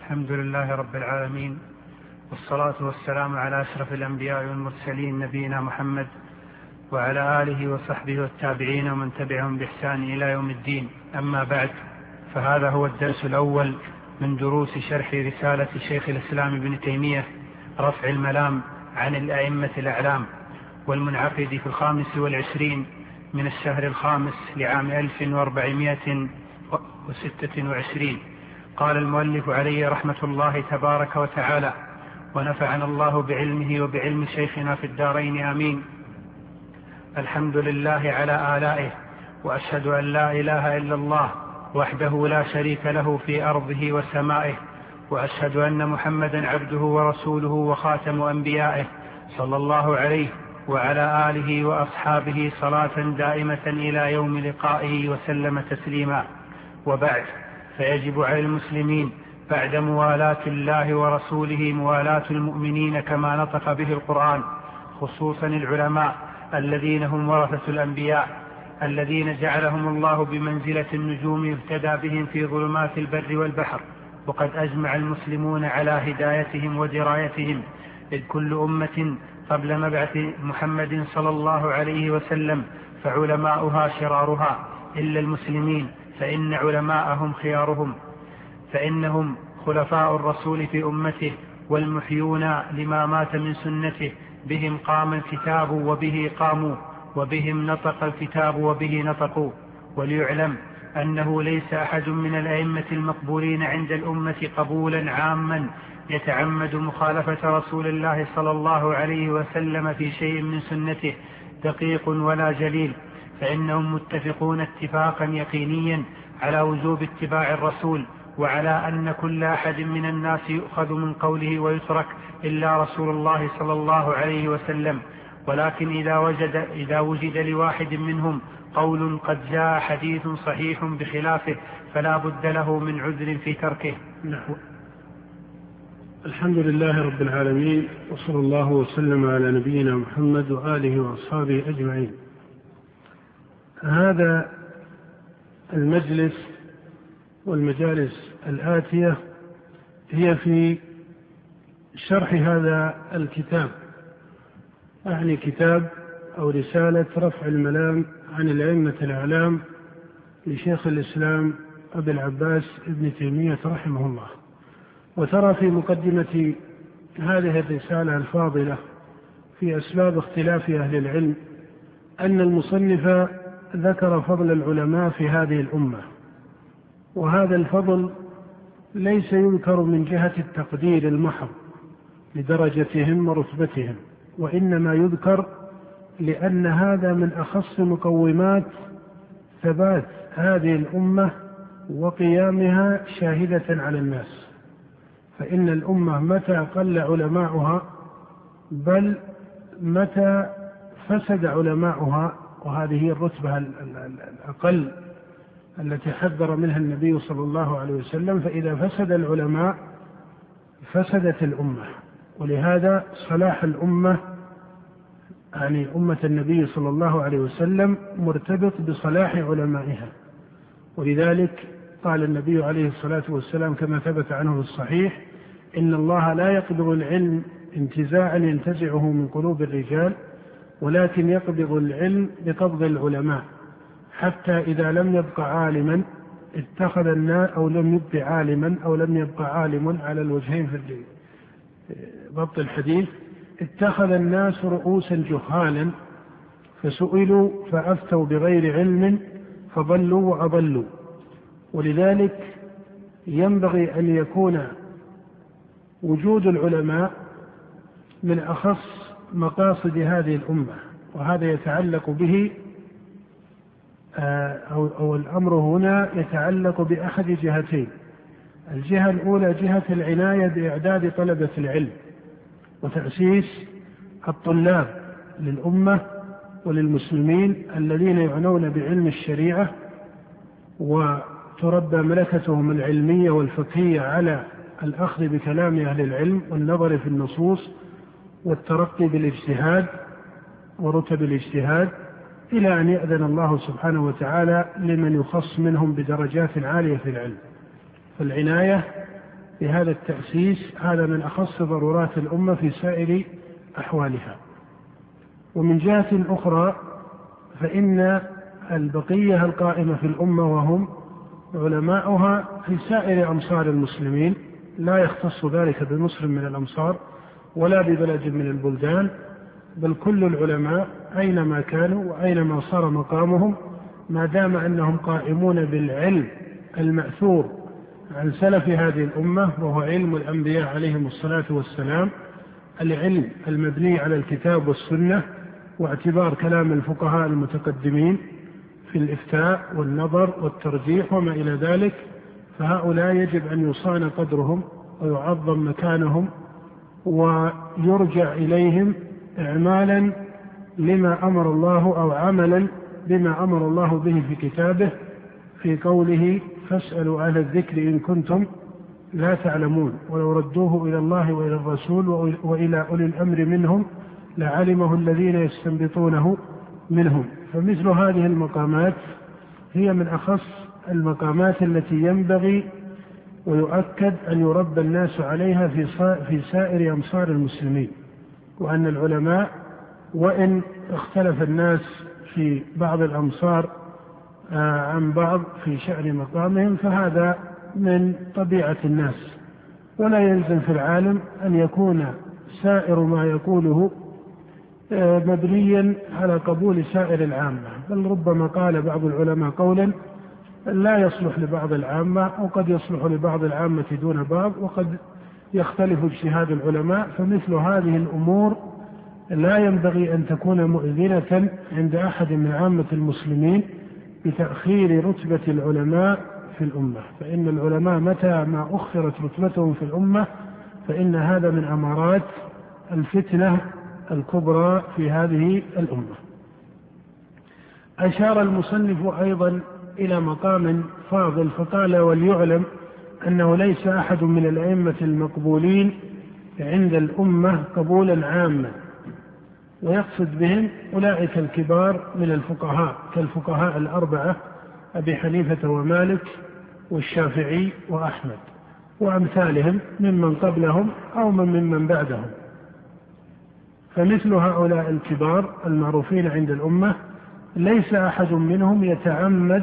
الحمد لله رب العالمين، والصلاة والسلام على أشرف الأنبياء والمرسلين نبينا محمد وعلى آله وصحبه والتابعين ومن تبعهم بإحسان إلى يوم الدين. أما بعد، فهذا هو الدرس الأول من دروس شرح رسالة شيخ الإسلام ابن تيمية رفع الملام عن الأئمة الأعلام، والمنعقد في 25 من الشهر الخامس لعام 1426. قال المؤلف عليه رحمة الله تبارك وتعالى: ونفعنا الله بعلمه وبعلم شيخنا في الدارين آمين. الحمد لله على آلائه، وأشهد أن لا إله إلا الله وحده لا شريك له في أرضه وسمائه، وأشهد أن محمدا عبده ورسوله وخاتم أنبيائه، صلى الله عليه وعلى آله وأصحابه صلاة دائمة إلى يوم لقائه وسلم تسليما. وبعد، فيجب على المسلمين بعد موالاة الله ورسوله موالاة المؤمنين كما نطق به القرآن، خصوصا العلماء الذين هم ورثة الأنبياء، الذين جعلهم الله بمنزلة النجوم يهتدى بهم في ظلمات البر والبحر. وقد أجمع المسلمون على هدايتهم ودرايتهم، إذ كل أمة قبل مبعث محمد صلى الله عليه وسلم فعلماؤها شرارها، إلا المسلمين فإن علماءهم خيارهم، فإنهم خلفاء الرسول في أمته والمحيون لما مات من سنته. بهم قام الكتاب وبه قاموا، وبهم نطق الكتاب وبه نطقوا. وليعلم أنه ليس أحد من الأئمة المقبولين عند الأمة قبولا عاما يتعمد مخالفة رسول الله صلى الله عليه وسلم في شيء من سنته دقيق ولا جليل، فإنهم متفقون اتفاقا يقينيا على وجوب اتباع الرسول، وعلى أن كل أحد من الناس يؤخذ من قوله ويترك إلا رسول الله صلى الله عليه وسلم. ولكن إذا وجد لواحد منهم قول قد جاء حديث صحيح بخلافه فلا بد له من عذر في تركه. الحمد لله رب العالمين، وصلى الله وسلم على نبينا محمد وآله وأصحابه أجمعين. هذا المجلس والمجالس الآتية هي في شرح هذا الكتاب، يعني كتاب أو رسالة رفع الملام عن الأئمة الأعلام لشيخ الإسلام أبي العباس ابن تيمية رحمه الله. وترى في مقدمة هذه الرسالة الفاضلة في أسباب اختلاف أهل العلم أن المصنف ذكر فضل العلماء في هذه الأمة، وهذا الفضل ليس يذكر من جهة التقدير المحض لدرجتهم ورتبتهم، وإنما يذكر لأن هذا من أخص مقومات ثبات هذه الأمة وقيامها شاهدة على الناس. فإن الأمة متى قل علماؤها، بل متى فسد علماؤها، وهذه هي الرتبة الأقل التي حذر منها النبي صلى الله عليه وسلم، فإذا فسد العلماء فسدت الأمة. ولهذا صلاح الأمة، يعني أمة النبي صلى الله عليه وسلم، مرتبط بصلاح علمائها. ولذلك قال النبي عليه الصلاة والسلام كما ثبت عنه في الصحيح: إن الله لا يقبض العلم انتزاعا ينتزعه من قلوب الرجال، ولكن يقبض العلم بقبض العلماء، حتى إذا لم يبق عالما اتخذ الناس، أو لم يبق عالما أو لم يبق عالم على الوجهين في ضبط الحديث، اتخذ الناس رؤوسا جهالا فسئلوا فأفتوا بغير علم فضلوا وأضلوا. ولذلك ينبغي أن يكون وجود العلماء من أخص مقاصد هذه الأمة، وهذا يتعلق به أو الأمر هنا يتعلق بأحد جهتين. الجهة الأولى جهة العناية بإعداد طلبة العلم وتأسيس الطلاب للأمة وللمسلمين الذين يعنون بعلم الشريعة، وتربى ملكتهم العلمية والفقهية على الأخذ بكلام أهل العلم والنظر في النصوص والترقي بالاجتهاد ورتب الاجتهاد، إلى أن يأذن الله سبحانه وتعالى لمن يخص منهم بدرجات عالية في العلم. فالعناية بهذا التأسيس، هذا من أخص ضرورات الأمة في سائر أحوالها. ومن جهة أخرى فإن البقية القائمة في الأمة وهم علماؤها في سائر أمصار المسلمين، لا يختص ذلك بمصر من الأمصار ولا ببلد من البلدان، بل كل العلماء أينما كانوا وأينما صار مقامهم، ما دام أنهم قائمون بالعلم المأثور عن سلف هذه الأمة، وهو علم الأنبياء عليهم الصلاة والسلام، العلم المبني على الكتاب والسنة واعتبار كلام الفقهاء المتقدمين في الإفتاء والنظر والترجيح وما إلى ذلك، فهؤلاء يجب أن يصان قدرهم ويعظم مكانهم ويرجع إليهم إعمالا لما أمر الله أو عملا بما أمر الله به في كتابه في قوله فاسألوا أهل الذكر إن كنتم لا تعلمون ولو ردوه إلى الله وإلى الرسول وإلى أولي الأمر منهم لعلمه الذين يستنبطونه منهم. فمثل هذه المقامات هي من أخص المقامات التي ينبغي ويؤكد أن يربى الناس عليها في سائر أمصار المسلمين، وأن العلماء وإن اختلف الناس في بعض الأمصار عن بعض في شأن مقامهم فهذا من طبيعة الناس، ولا يلزم في العالم أن يكون سائر ما يقوله مبنيا على قبول سائر العامة، بل ربما قال بعض العلماء قولا لا يصلح لبعض العامة، أو قد يصلح لبعض العامة دون بعض، وقد يختلف اجتهاد العلماء. فمثل هذه الأمور لا ينبغي أن تكون مؤذنة عند أحد من عامة المسلمين بتأخير رتبة العلماء في الأمة، فإن العلماء متى ما أخرت رتبتهم في الأمة فإن هذا من أمارات الفتنة الكبرى في هذه الأمة. أشار المصنف أيضا إلى مقام فاضل فقال وليعلم أنه ليس أحد من الأئمة المقبولين عند الأمة قبولا عاما، ويقصد بهم أولئك الكبار من الفقهاء كالفقهاء الأربعة أبي حنيفة ومالك والشافعي وأحمد وأمثالهم ممن قبلهم أو ممن بعدهم. فمثل هؤلاء الكبار المعروفين عند الأمة ليس أحد منهم يتعمد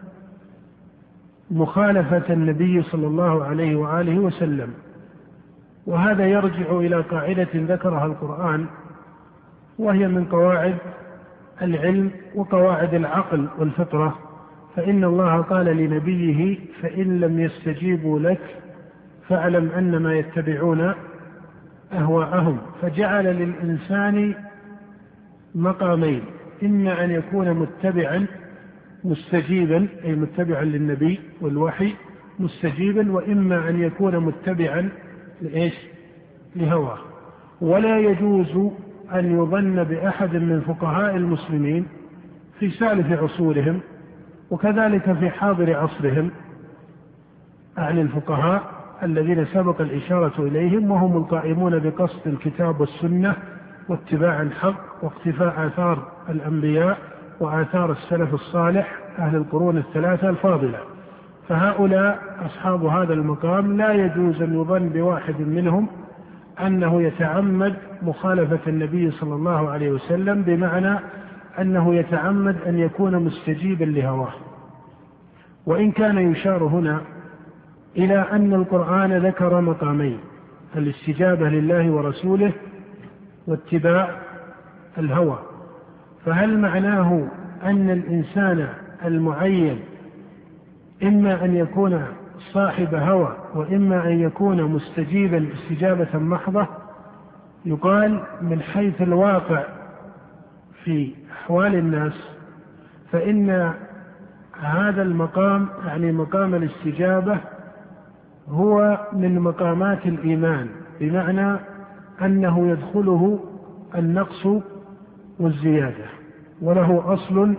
مخالفة النبي صلى الله عليه وآله وسلم، وهذا يرجع إلى قاعدة ذكرها القرآن، وهي من قواعد العلم وقواعد العقل والفطرة، فإن الله قال لنبيه فإن لم يستجيبوا لك فاعلم أنما يتبعون أهواءهم، فجعل للإنسان مقامين، إما أن يكون متبعا مستجيبا أي متبعا للنبي والوحي مستجيبا، وإما أن يكون متبعا لهواه. ولا يجوز أن يظن بأحد من فقهاء المسلمين في سالف عصورهم وكذلك في حاضر عصرهم عن الفقهاء الذين سبق الإشارة إليهم، وهم القائمون بقصد الكتاب والسنة واتباع الحق واقتفاء آثار الأنبياء وآثار السلف الصالح أهل القرون الثلاثة الفاضلة. فهؤلاء أصحاب هذا المقام لا يجوز أن يظن بواحد منهم أنه يتعمد مخالفة النبي صلى الله عليه وسلم، بمعنى أنه يتعمد أن يكون مستجيبا لهواه. وإن كان يشار هنا إلى أن القرآن ذكر مقامين، الاستجابة لله ورسوله واتباع الهوى، فهل معناه أن الإنسان المعين إما أن يكون صاحب هوى وإما أن يكون مستجيبا استجابة محضة؟ يقال من حيث الواقع في أحوال الناس فإن هذا المقام يعني مقام الاستجابة هو من مقامات الإيمان، بمعنى أنه يدخله النقص والزيادة، وله أصل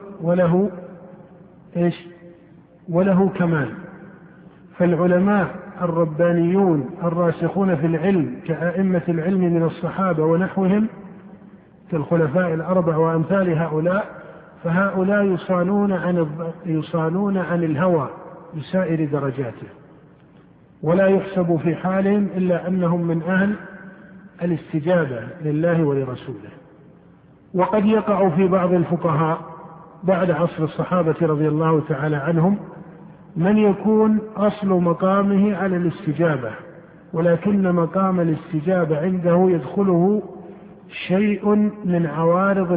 وله كمال. فالعلماء الربانيون الراسخون في العلم كأئمة العلم من الصحابة ونحوهم كالخلفاء الأربع وأمثال هؤلاء، فهؤلاء يصانون عن الهوى بسائر درجاته، ولا يحسب في حالهم إلا أنهم من أهل الاستجابة لله ولرسوله. وقد يقع في بعض الفقهاء بعد عصر الصحابة رضي الله تعالى عنهم من يكون أصل مقامه على الاستجابة، ولكن مقام الاستجابة عنده يدخله شيء من عوارض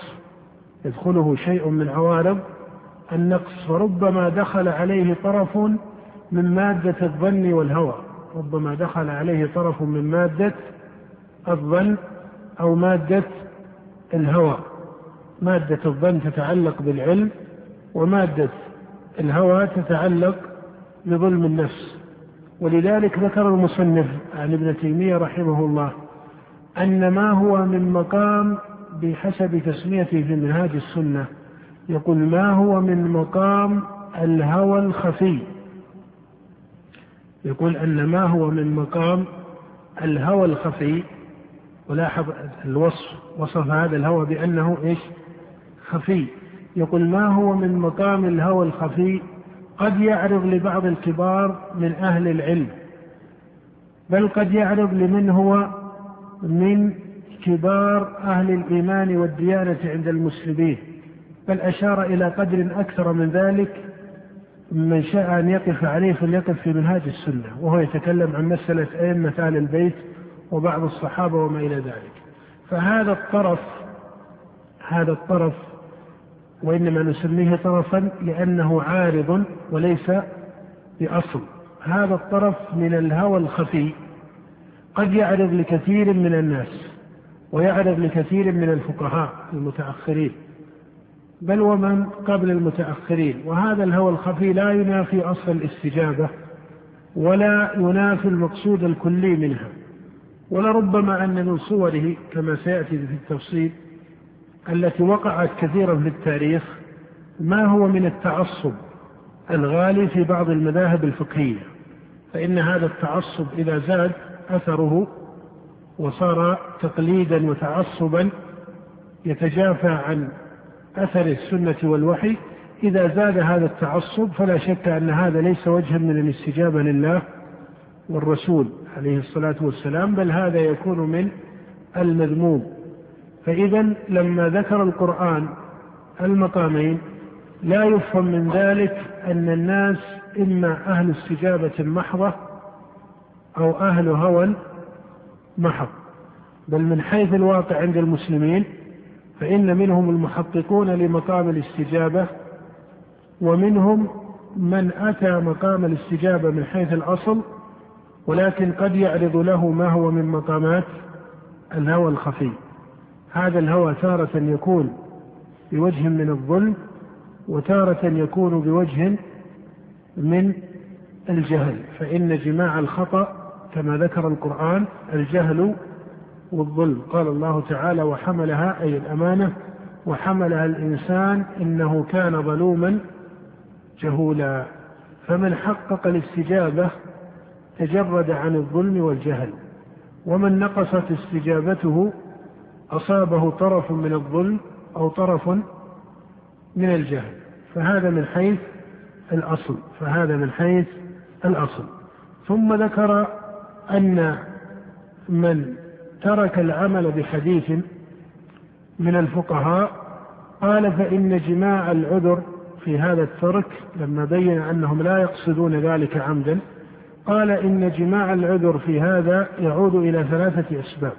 النقص، فربما دخل عليه طرف من مادة الظن والهوى، أو مادة الهوى. مادة الظن تتعلق بالعلم، ومادة الهوى تتعلق بظلم النفس. ولذلك ذكر المصنف عن ابن تيمية رحمه الله أن ما هو من مقام، بحسب تسميته في منهاج السنة، يقول ما هو من مقام الهوى الخفي، يقول أن ما هو من مقام الهوى الخفي. ولاحظ الوصف، وصف هذا الهوى بأنه إيش؟ خفي. يقول ما هو من مقام الهوى الخفي قد يعرض لبعض الكبار من أهل العلم، بل قد يعرض لمن هو من كبار أهل الإيمان والديانة عند المسلمين، بل أشار إلى قدر أكثر من ذلك. من شاء أن يقف عليه فليقف في منهاج السنة، وهو يتكلم عن مسألة أئمة آل البيت وبعض الصحابة وما إلى ذلك. فهذا الطرف وإنما نسميه طرفا لأنه عارض وليس بأصل. هذا الطرف من الهوى الخفي قد يعرض لكثير من الناس، ويعرض لكثير من الفقهاء المتأخرين، بل ومن قبل المتأخرين. وهذا الهوى الخفي لا ينافي أصل الاستجابة، ولا ينافي المقصود الكلي منها، ولربما أن من صوره كما سيأتي في التفصيل التي وقعت كثيرا في التاريخ ما هو من التعصب الغالي في بعض المذاهب الفقهية. فإن هذا التعصب إذا زاد أثره وصار تقليدا وتعصبا يتجافى عن أثر السنة والوحي، إذا زاد هذا التعصب فلا شك أن هذا ليس وجها من الاستجابة لله والرسول عليه الصلاة والسلام، بل هذا يكون من المذموم. فإذا لما ذكر القرآن المقامين لا يفهم من ذلك أن الناس إما أهل استجابة محضة أو أهل هوى محض، بل من حيث الواقع عند المسلمين فإن منهم المحققون لمقام الاستجابة، ومنهم من أتى مقام الاستجابة من حيث الأصل، ولكن قد يعرض له ما هو من مقامات الهوى الخفي. هذا الهوى تارة يكون بوجه من الظلم، وتارة يكون بوجه من الجهل. فإن جماع الخطأ كما ذكر القرآن الجهل والظلم. قال الله تعالى وحملها أي الأمانة وحملها الإنسان إنه كان ظلوما جهولا. فمن حقق الاستجابة تجرد عن الظلم والجهل، ومن نقصت استجابته أصابه طرف من الظلم أو طرف من الجهل. فهذا من حيث الأصل. ثم ذكر أن من ترك العمل بحديث من الفقهاء قال فإن جماع العذر في هذا الترك، لما بين أنهم لا يقصدون ذلك عمدا، قال إن جماع العذر في هذا يعود إلى 3 أسباب.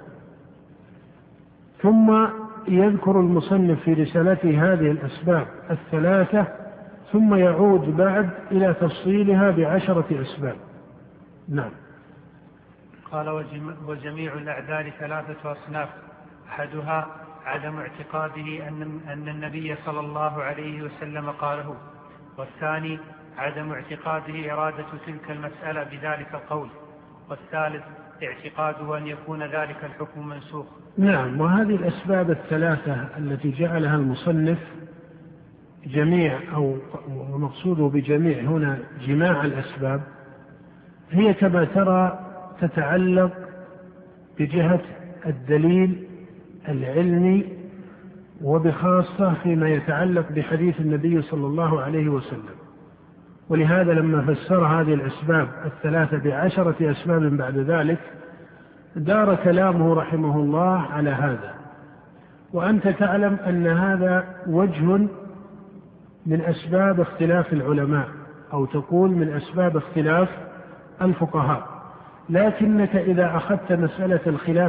ثم يذكر المصنف في رسالته هذه الأسباب 3، ثم يعود بعد إلى تفصيلها ب10 أسباب. نعم. قال وجميع الأعذار 3 أصناف: أحدها عدم اعتقاده أن النبي صلى الله عليه وسلم قاله، والثاني عدم اعتقاده إرادة تلك المسألة بذلك القول، والثالث اعتقاده أن يكون ذلك الحكم منسوخ. نعم. وهذه الأسباب 3 التي جعلها المصنف جميع، أو مقصوده بجميع هنا جماع الأسباب، هي كما ترى تتعلق بجهة الدليل العلمي، وبخاصة فيما يتعلق بحديث النبي صلى الله عليه وسلم. ولهذا لما فسر هذه الأسباب الثلاثة ب10 أسباب بعد ذلك دار كلامه رحمه الله على هذا. وأنت تعلم أن هذا وجه من أسباب اختلاف العلماء، أو تقول من أسباب اختلاف الفقهاء. لكنك إذا أخذت مسألة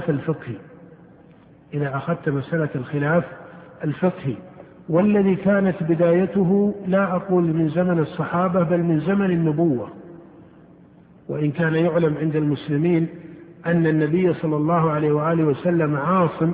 الخلاف الفقهي والذي كانت بدايته لا أقول من زمن الصحابة بل من زمن النبوة، وإن كان يعلم عند المسلمين أن النبي صلى الله عليه وآله وسلم عاصم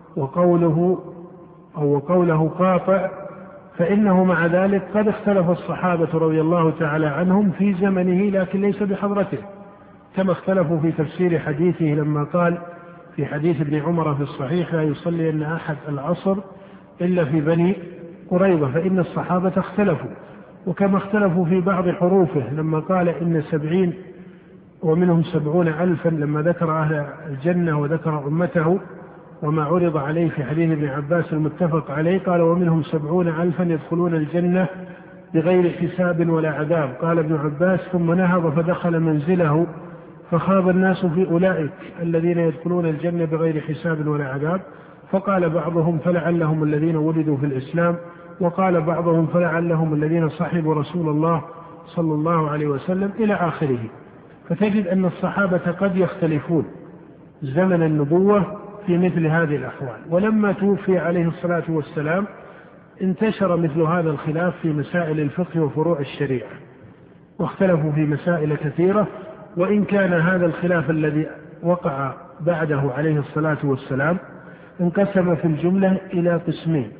وقوله قاطع، فإنه مع ذلك قد اختلف الصحابة رضي الله تعالى عنهم في زمنه لكن ليس بحضرته، كما اختلفوا في تفسير حديثه لما قال في حديث ابن عمر في الصحيح لا يصلي أن أحد العصر إلا في بني قريظة، فإن الصحابة اختلفوا. وكما اختلفوا في بعض حروفه لما قال إن 70 ومنهم 70,000 لما ذكر أهل الجنة وذكر أمته وما عرض عليه في حديث ابن عباس المتفق عليه، قال ومنهم 70,000 يدخلون الجنة بغير حساب ولا عذاب. قال ابن عباس ثم نهض فدخل منزله فخاض الناس في أولئك الذين يدخلون الجنة بغير حساب ولا عذاب، فقال بعضهم فلعلهم الذين ولدوا في الإسلام، وقال بعضهم فلعلهم الذين صحبوا رسول الله صلى الله عليه وسلم إلى آخره. فتجد أن الصحابة قد يختلفون زمن النبوة في مثل هذه الأحوال. ولما توفي عليه الصلاة والسلام انتشر مثل هذا الخلاف في مسائل الفقه وفروع الشريعة، واختلفوا في مسائل كثيرة. وإن كان هذا الخلاف الذي وقع بعده عليه الصلاة والسلام انقسم في الجملة إلى قسمين: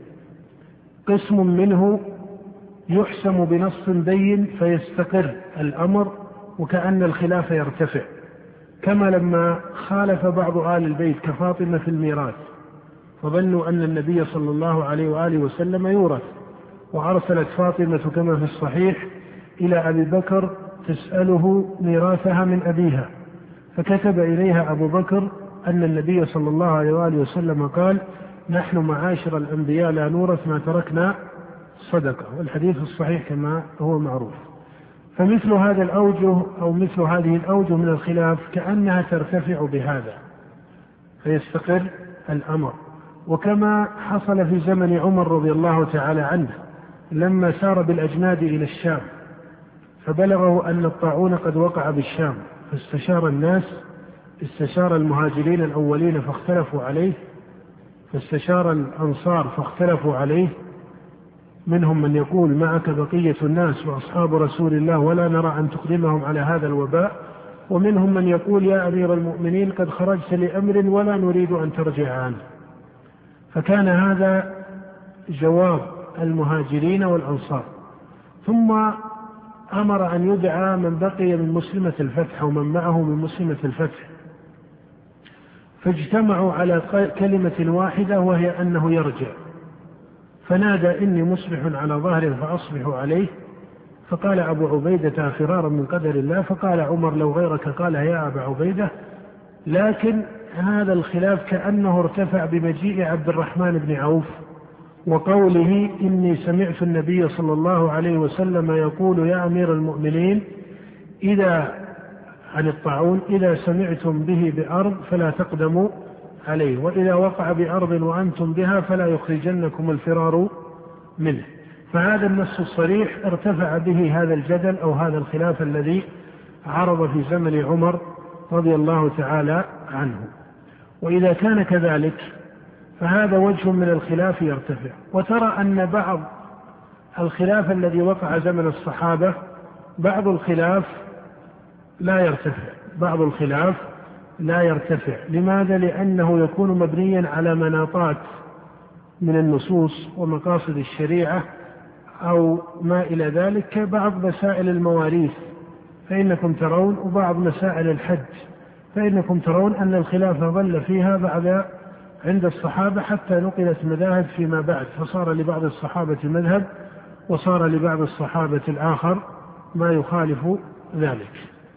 قسم منه يحسم بنص بين فيستقر الأمر وكأن الخلاف يرتفع، كما لما خالف بعض آل البيت كفاطمة في الميراث فظنوا أن النبي صلى الله عليه وآله وسلم يورث، وأرسلت فاطمة كما في الصحيح إلى أبي بكر تسأله ميراثها من أبيها، فكتب إليها أبو بكر أن النبي صلى الله عليه وآله وسلم قال نحن معاشر الأنبياء لا نورث ما تركنا صدقة، والحديث الصحيح كما هو معروف. فمثل هذا الأوجه أو مثل هذه الأوجه من الخلاف كأنها ترتفع بهذا فيستقر الأمر. وكما حصل في زمن عمر رضي الله تعالى عنه لما سار بالأجناد إلى الشام فبلغه أن الطاعون قد وقع بالشام، فاستشار الناس، استشار المهاجرين الأولين فاختلفوا عليه، فاستشار الأنصار فاختلفوا عليه، منهم من يقول معك بقية الناس وأصحاب رسول الله ولا نرى أن تقدمهم على هذا الوباء، ومنهم من يقول يا أمير المؤمنين قد خرجت لأمر ولا نريد أن ترجع عنه. فكان هذا جواب المهاجرين والأنصار. ثم أمر أن يدعى من بقي من مسلمة الفتح ومن معه من مسلمة الفتح، فاجتمعوا على كلمة واحدة وهي أنه يرجع، فنادى إني مصبح على ظهره فأصبح عليه، فقال أبو عبيدة فرارا من قدر الله، فقال عمر لو غيرك قال يا أبا عبيدة. لكن هذا الخلاف كأنه ارتفع بمجيء عبد الرحمن بن عوف وقوله إني سمعت النبي صلى الله عليه وسلم يقول يا أمير المؤمنين إذا عن الطاعون إذا سمعتم به بأرض فلا تقدموا عليه، وإذا وقع بأرض وأنتم بها فلا يخرجنكم الفرار منه. فهذا النص الصريح ارتفع به هذا الجدل أو هذا الخلاف الذي عرض في زمن عمر رضي الله تعالى عنه. وإذا كان كذلك فهذا وجه من الخلاف يرتفع. وترى أن بعض الخلاف الذي وقع زمن الصحابة بعض الخلاف لا يرتفع. لماذا؟ لأنه يكون مبنيا على مناطات من النصوص ومقاصد الشريعة أو ما إلى ذلك، كبعض مسائل المواريث فإنكم ترون، وبعض مسائل الحج فإنكم ترون أن الخلاف ظل فيها بعد عند الصحابة حتى نقلت مذاهب فيما بعد، فصار لبعض الصحابة مذهب وصار لبعض الصحابة الآخر ما يخالف ذلك.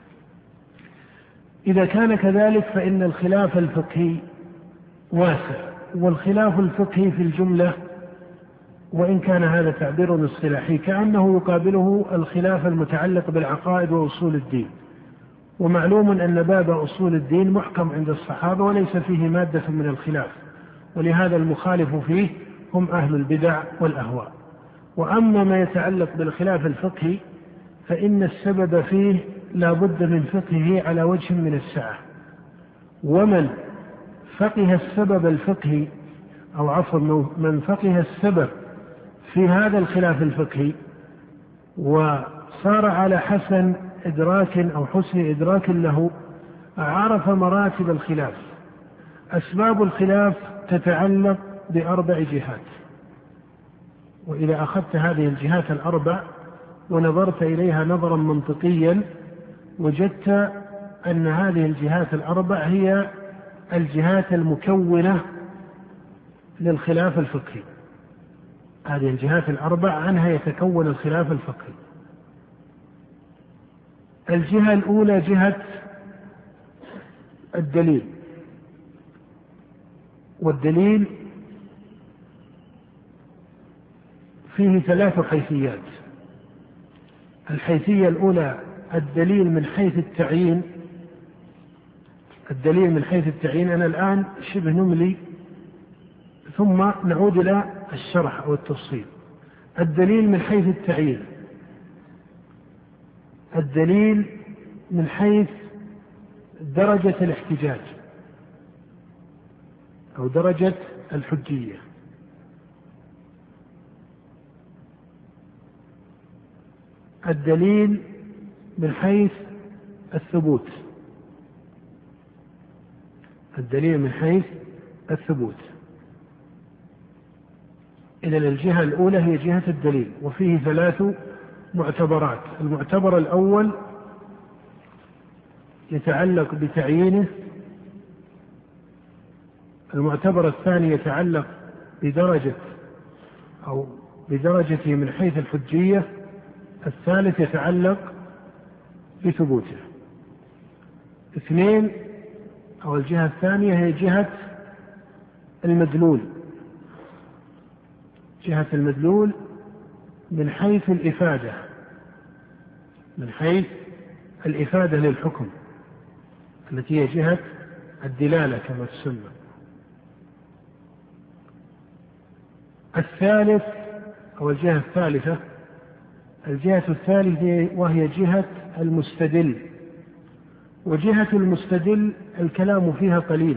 إذا كان كذلك فإن الخلاف الفقهي واسع، والخلاف الفقهي في الجملة وإن كان هذا تعبير اصطلاحي، كأنه يقابله الخلاف المتعلق بالعقائد وأصول الدين. ومعلوم أن باب أصول الدين محكم عند الصحابة وليس فيه مادة من الخلاف، ولهذا المخالف فيه هم أهل البدع والأهواء. وأما ما يتعلق بالخلاف الفقهي فإن السبب فيه لا بد من فقهه على وجه من السعة، ومن فقه السبب الفقهي أو عفوا من فقه السبب في هذا الخلاف الفقهي وصار على حسن إدراك أو حسن إدراك له عرف مراتب الخلاف. أسباب الخلاف تتعلق بأربع جهات، وإذا أخذت هذه الجهات الأربع ونظرت إليها نظرا منطقيا وجدت أن هذه الجهات الأربع هي الجهات المكونة للخلاف الفقهي. هذه الجهات الأربع عنها يتكون الخلاف الفقهي. الجهة الأولى جهة الدليل، والدليل فيه ثلاث حيثيات. الحيثية الأولى الدليل من حيث التعيين. الدليل من حيث التعيين، أنا الآن شبه نملي ثم نعود إلى الشرح أو التفصيل. الدليل من حيث التعيين، الدليل من حيث درجة الاحتجاج أو درجة الحجية. الدليل من حيث الثبوت، الدليل من حيث الثبوت. إذن الجهة الأولى هي جهة الدليل، وفيه ثلاث معتبرات. المعتبر الأول يتعلق بتعيينه، المعتبر الثاني يتعلق بدرجته من حيث الحجية، الثالث يتعلق بثبوته. اثنين أو الجهة الثانية هي جهة المدلول، جهة المدلول من حيث الإفادة، من حيث الإفادة للحكم التي هي جهة الدلالة كما تسمى. الثالث أو الجهة الثالثة، الجهة الثالثة وهي جهة المستدل. وجهة المستدل الكلام فيها قليل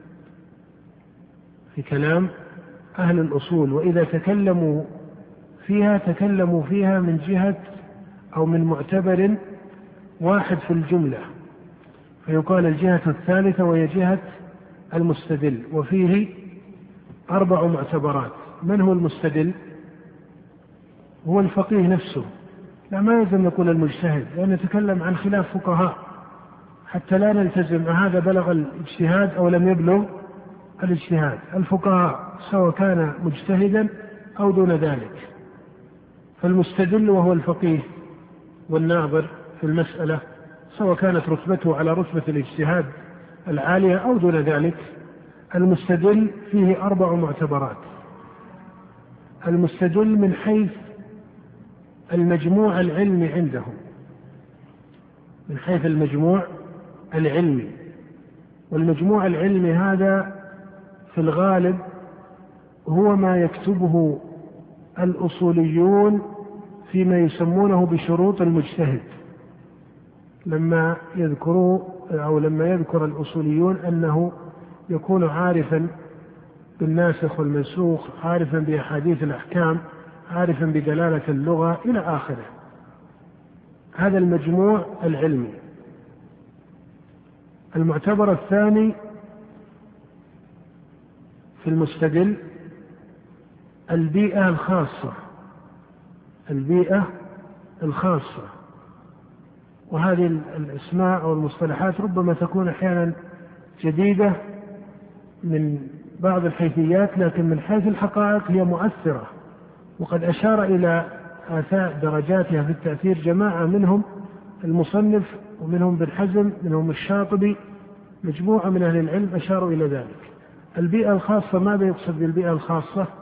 في كلام أهل الأصول، وإذا تكلموا فيها من جهة أو من معتبر واحد في الجملة، فيقال الجهة الثالثة وهي جهة المستدل، وفيه أربع معتبرات. من هو المستدل؟ هو الفقيه نفسه، لا ما يلزم نقول المجتهد، لأن نتكلم عن خلاف فقهاء حتى لا نلتزم هذا بلغ الاجتهاد أو لم يبلغ الاجتهاد. الفقهاء سواء كان مجتهدا أو دون ذلك، فالمستدل وهو الفقيه والناظر في المسألة سواء كانت رتبته على رتبة الاجتهاد العالية أو دون ذلك. المستدل فيه أربع معتبرات. المستدل من حيث المجموع العلمي عندهم، من حيث المجموع العلمي، والمجموع العلمي هذا في الغالب هو ما يكتبه الأصوليون فيما يسمونه بشروط المجتهد. لما يذكر الأصوليون أنه يكون عارفا بالناسخ والمنسوخ، عارفا بأحاديث الأحكام، عارفا بدلالة اللغة إلى آخره. هذا المجموع العلمي. المعتبر الثاني في المستدل البيئة الخاصة، البيئة الخاصة. وهذه الأسماء أو المصطلحات ربما تكون أحيانا جديدة من بعض الحيثيات، لكن من حيث الحقائق هي مؤثرة، وقد أشار إلى آثار درجاتها في التأثير جماعة منهم المصنف ومنهم بن حزم منهم الشاطبي، مجموعة من أهل العلم أشاروا إلى ذلك. البيئة الخاصة، ماذا يقصد بالبيئة الخاصة؟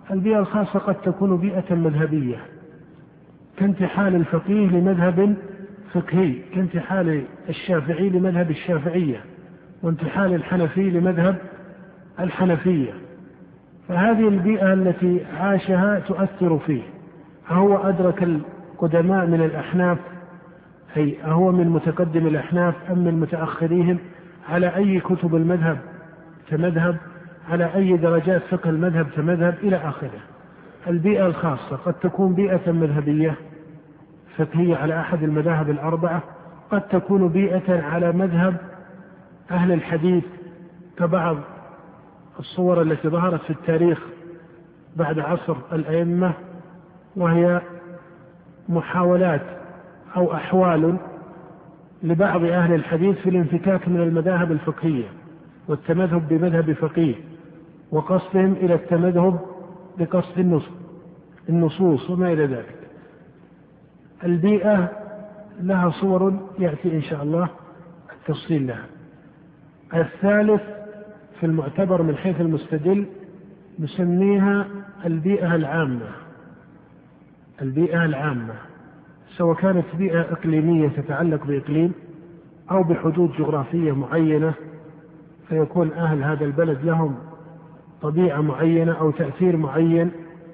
البيئة الخاصة قد تكون بيئة مذهبية كانتحال الفقيه لمذهب فقهي، كانتحال الشافعي لمذهب الشافعية، وانتحال الحنفي لمذهب الحنفية. فهذه البيئة التي عاشها تؤثر فيه. أهو أدرك القدماء من الأحناف، أي أهو من متقدم الأحناف أم من متأخريهم؟ على أي كتب المذهب كمذهب، على أي درجات فقه المذهب كمذهب، إلى آخره. البيئة الخاصة قد تكون بيئة مذهبية فقهية على أحد المذاهب الأربعة، قد تكون بيئة على مذهب أهل الحديث كبعض الصور التي ظهرت في التاريخ بعد عصر الأئمة، وهي محاولات أو أحوال لبعض أهل الحديث في الانفكاك من المذاهب الفقهية والتمذهب بمذهب فقيه، وقصدهم إلى التمذهب بقصد النصوص وما إلى ذلك. البيئة لها صور يأتي إن شاء الله التفصيل لها. الثالث في المعتبر من حيث المستدل نسميها البيئة العامة. البيئة العامة سواء كانت بيئة إقليمية تتعلق بإقليم أو بحدود جغرافية معينة، فيكون أهل هذا البلد لهم طبيعة معينة أو تأثير معين،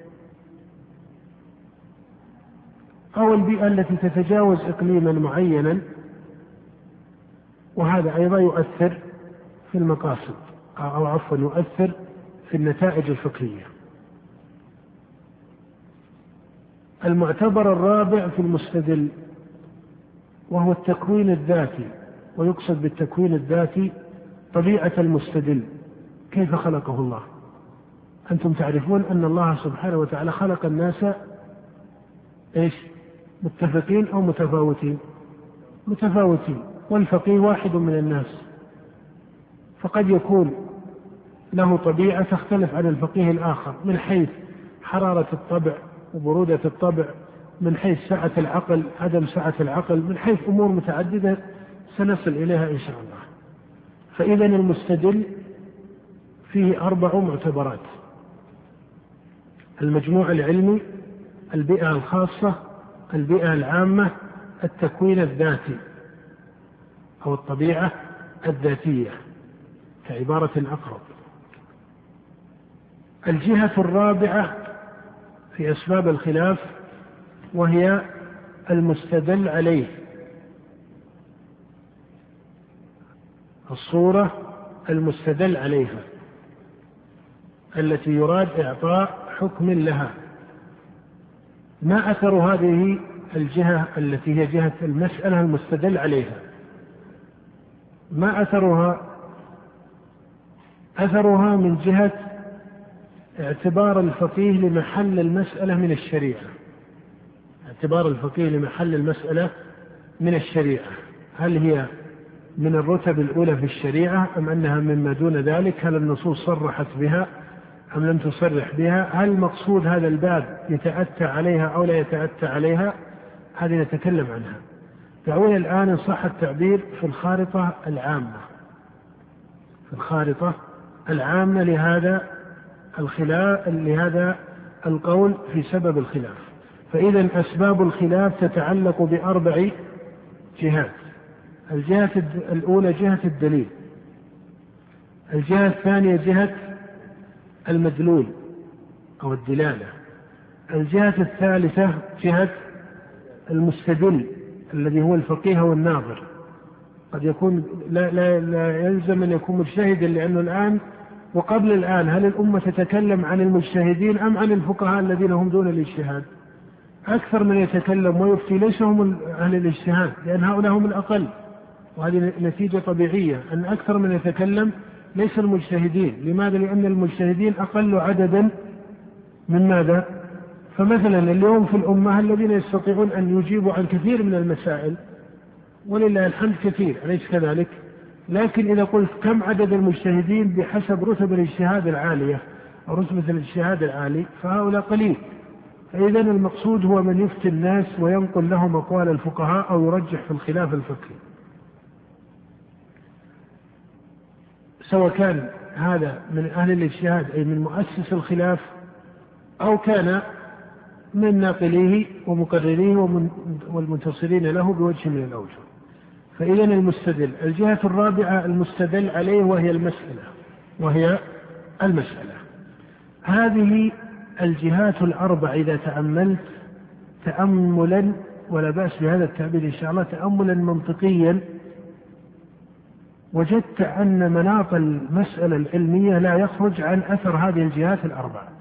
أو البيئة التي تتجاوز إقليما معينا، وهذا أيضا يؤثر في المقاصد أو عفوا يؤثر في النتائج الفقهية. المعتبر الرابع في المستدل وهو التكوين الذاتي، ويقصد بالتكوين الذاتي طبيعة المستدل، كيف خلقه الله. أنتم تعرفون أن الله سبحانه وتعالى خلق الناس إيش؟ متفقين أو متفاوتين؟ متفاوتين، والفقيه واحد من الناس، فقد يكون له طبيعة تختلف عن الفقيه الآخر من حيث حرارة الطبع وبرودة الطبع، من حيث سعة العقل عدم سعة العقل، من حيث أمور متعددة سنصل إليها إن شاء الله. فإذا المستدل فيه 4 معتبرات: المجموع العلمي، البيئة الخاصة، البيئة العامة، التكوين الذاتي أو الطبيعة الذاتية كعبارة أقرب. الجهة الرابعة في أسباب الخلاف وهي المستدل عليه، الصورة المستدل عليها التي يراد إعطاء حكم لها. ما أثر هذه الجهة التي هي جهة المسألة المستدل عليها؟ ما أثرها؟ أثرها من جهة اعتبار الفقيه لمحل المسألة من الشريعة. اعتبار الفقيه لمحل المسألة من الشريعة، هل هي من الرتب الأولى في الشريعة أم أنها مما دون ذلك؟ هل النصوص صرحت بها أم لم تصرح بها؟ هل مقصود هذا الباب يتأتى عليها أو لا يتأتى عليها؟ هذه نتكلم عنها. دعونا الآن إن صح التعبير في الخارطة العامة، في الخارطة العامة لهذا الخلاف، لهذا القول في سبب الخلاف. فإذا أسباب الخلاف تتعلق ب4 جهات. الجهة الأولى جهة الدليل، الجهة الثانية جهة المدلول أو الدلالة، الجهة الثالثة جهة المستدل الذي هو الفقيه والناظر. قد يكون لا يلزم أن يكون مجتهدا، لأنه الآن وقبل الآن هل الأمة تتكلم عن المجتهدين أم عن الفقهاء الذين هم دون الاجتهاد؟ أكثر من يتكلم ويفتي ليس هم أهل الاجتهاد، لأن هؤلاء هم الأقل، وهذه نتيجة طبيعية أن أكثر من يتكلم ليس المجتهدين. لماذا؟ لأن المجتهدين أقل عددا من ماذا؟ فمثلا اليوم في الأمة الذين يستطيعون أن يجيبوا عن كثير من المسائل ولله الحمد كثير، أليس كذلك؟ لكن إذا قلت كم عدد المجتهدين بحسب رتب الاجتهاد العالية أو رتبة الاجتهاد العالي، فهؤلاء قليل. فإذا المقصود هو من يفتي الناس وينقل لهم أقوال الفقهاء أو يرجح في الخلاف الفقهي، سواء كان هذا من أهل الاجتهاد أي من مؤسس الخلاف أو كان من ناقليه ومقرريه والمنتصرين له بوجه من الأوجه. فإذا المستدل الجهة الرابعة المستدل عليه وهي المسألة. هذه الجهات الأربع إذا تأملت تأملا، ولا بأس بهذا التعبير إن شاء الله، تأملا منطقيا، وجدت أن مناط المسألة العلمية لا يخرج عن أثر هذه الجهات الأربع.